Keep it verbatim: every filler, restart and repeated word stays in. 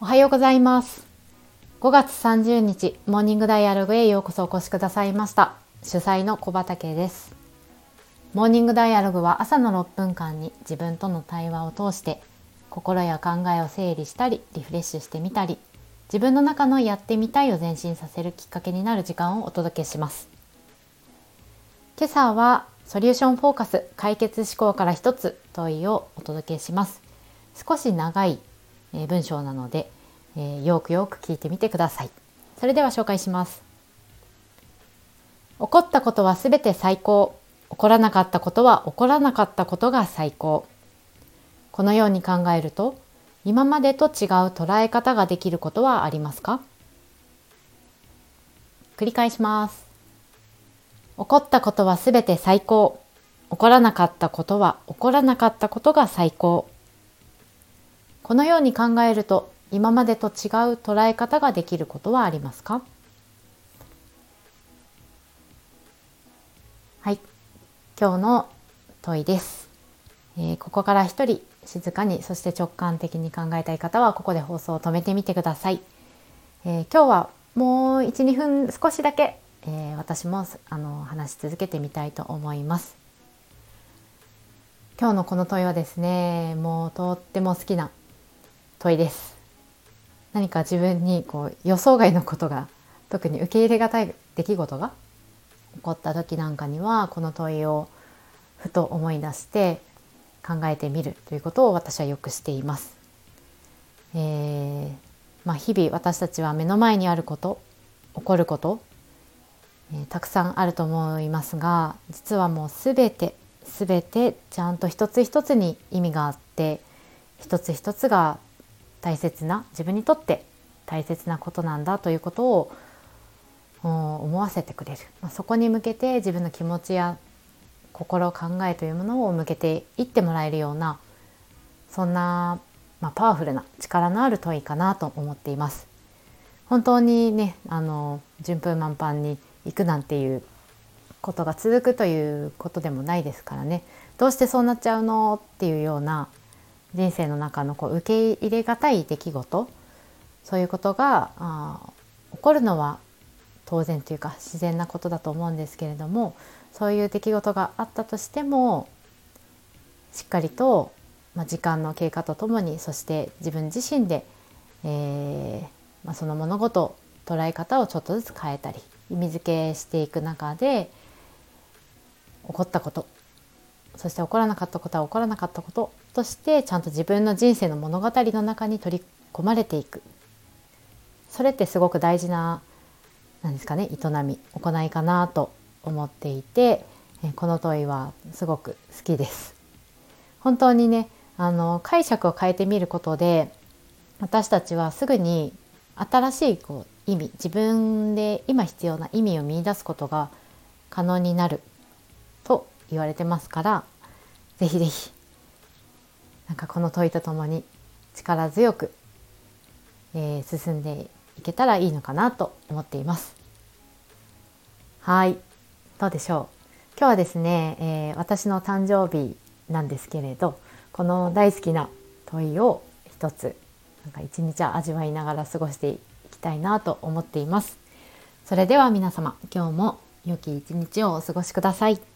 おはようございます。ごがつさんじゅうにちモーニングダイアログへようこそお越しくださいました。主催の小畑です。モーニングダイアログは朝のろっぷんかんに自分との対話を通して心や考えを整理したりリフレッシュしてみたり、自分の中のやってみたいを前進させるきっかけになる時間をお届けします。今朝はソリューションフォーカス解決思考から一つ問いをお届けします。少し長い文章なので、えー、よくよく聞いてみてください。それでは紹介します。起こったことはすべて最高。起こらなかったことは起こらなかったことが最高。このように考えると、今までと違う捉え方ができることはありますか？繰り返します。起こったことはすべて最高。起こらなかったことは起こらなかったことが最高。このように考えると、今までと違う捉え方ができることはありますか？はい、今日の問いです。えー、ここから一人静かに、そして直感的に考えたい方はここで放送を止めてみてください。えー、今日はもういち、にふん少しだけ、えー、私もあの話し続けてみたいと思います。今日のこの問いはですね、もうとっても好きな問いです。何か自分にこう予想外のことが、特に受け入れがたい出来事が起こった時なんかには、この問いをふと思い出して考えてみるということを私はよくしています。えーまあ、日々私たちは目の前にあること、起こること、えー、たくさんあると思いますが、実はもうすべてすべてちゃんと一つ一つに意味があって、一つ一つが大切な、自分にとって大切なことなんだということを思わせてくれる、そこに向けて自分の気持ちや心、考えというものを向けていってもらえるような、そんな、まあ、パワフルな力のある問いかなと思っています。本当にね、あの順風満帆にいくなんていうことが続くということでもないですからね。どうしてそうなっちゃうのっていうような人生の中のこう受け入れがたい出来事、そういうことがあ起こるのは当然というか自然なことだと思うんですけれども、そういう出来事があったとしても、しっかりと、まあ、時間の経過とともに、そして自分自身で、えーまあ、その物事捉え方をちょっとずつ変えたり意味付けしていく中で、起こったこと、そして起こらなかったことは起こらなかったこととして、ちゃんと自分の人生の物語の中に取り込まれていく。それってすごく大事な、なんですかね、営み、行いかなと思っていて、この問いはすごく好きです。本当にね、あの解釈を変えてみることで、私たちはすぐに新しいこう意味、自分で今必要な意味を見出すことが可能になると言われてますから、ぜひぜひなんかこの問いとともに力強く、えー、進んでいけたらいいのかなと思っています。はい、どうでしょう。今日はですね、えー、私の誕生日なんですけれど、この大好きな問いを一つなんか一日味わいながら過ごしていきたいなと思っています。それでは皆様、今日も良き一日をお過ごしください。